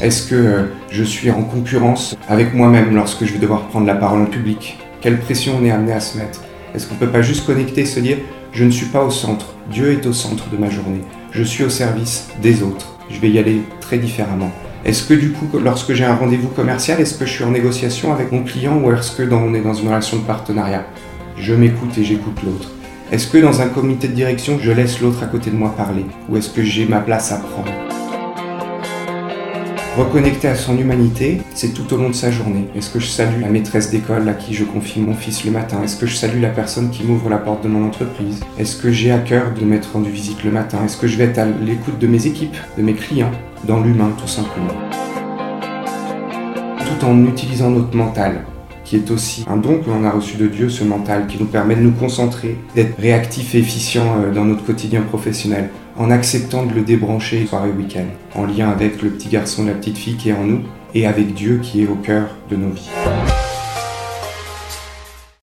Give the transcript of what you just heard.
Est-ce que je suis en concurrence avec moi-même lorsque je vais devoir prendre la parole en public? Quelle pression on est amené à se mettre? Est-ce qu'on ne peut pas juste connecter et se dire « Je ne suis pas au centre, Dieu est au centre de ma journée, je suis au service des autres, je vais y aller très différemment ». Est-ce que du coup, lorsque j'ai un rendez-vous commercial, est-ce que je suis en négociation avec mon client ou est-ce que on est dans une relation de partenariat? Je m'écoute et j'écoute l'autre. Est-ce que dans un comité de direction, je laisse l'autre à côté de moi parler? Ou est-ce que j'ai ma place à prendre? Reconnecter à son humanité, c'est tout au long de sa journée. Est-ce que je salue la maîtresse d'école à qui je confie mon fils le matin? Est-ce que je salue la personne qui m'ouvre la porte de mon entreprise? Est-ce que j'ai à cœur de m'être rendu visite le matin? Est-ce que je vais être à l'écoute de mes équipes, de mes clients, dans l'humain tout simplement? Tout en utilisant notre mental, qui est aussi un don que l'on a reçu de Dieu, ce mental, qui nous permet de nous concentrer, d'être réactifs et efficients dans notre quotidien professionnel, en acceptant de le débrancher soir et week-end, en lien avec le petit garçon, la petite fille qui est en nous, et avec Dieu qui est au cœur de nos vies.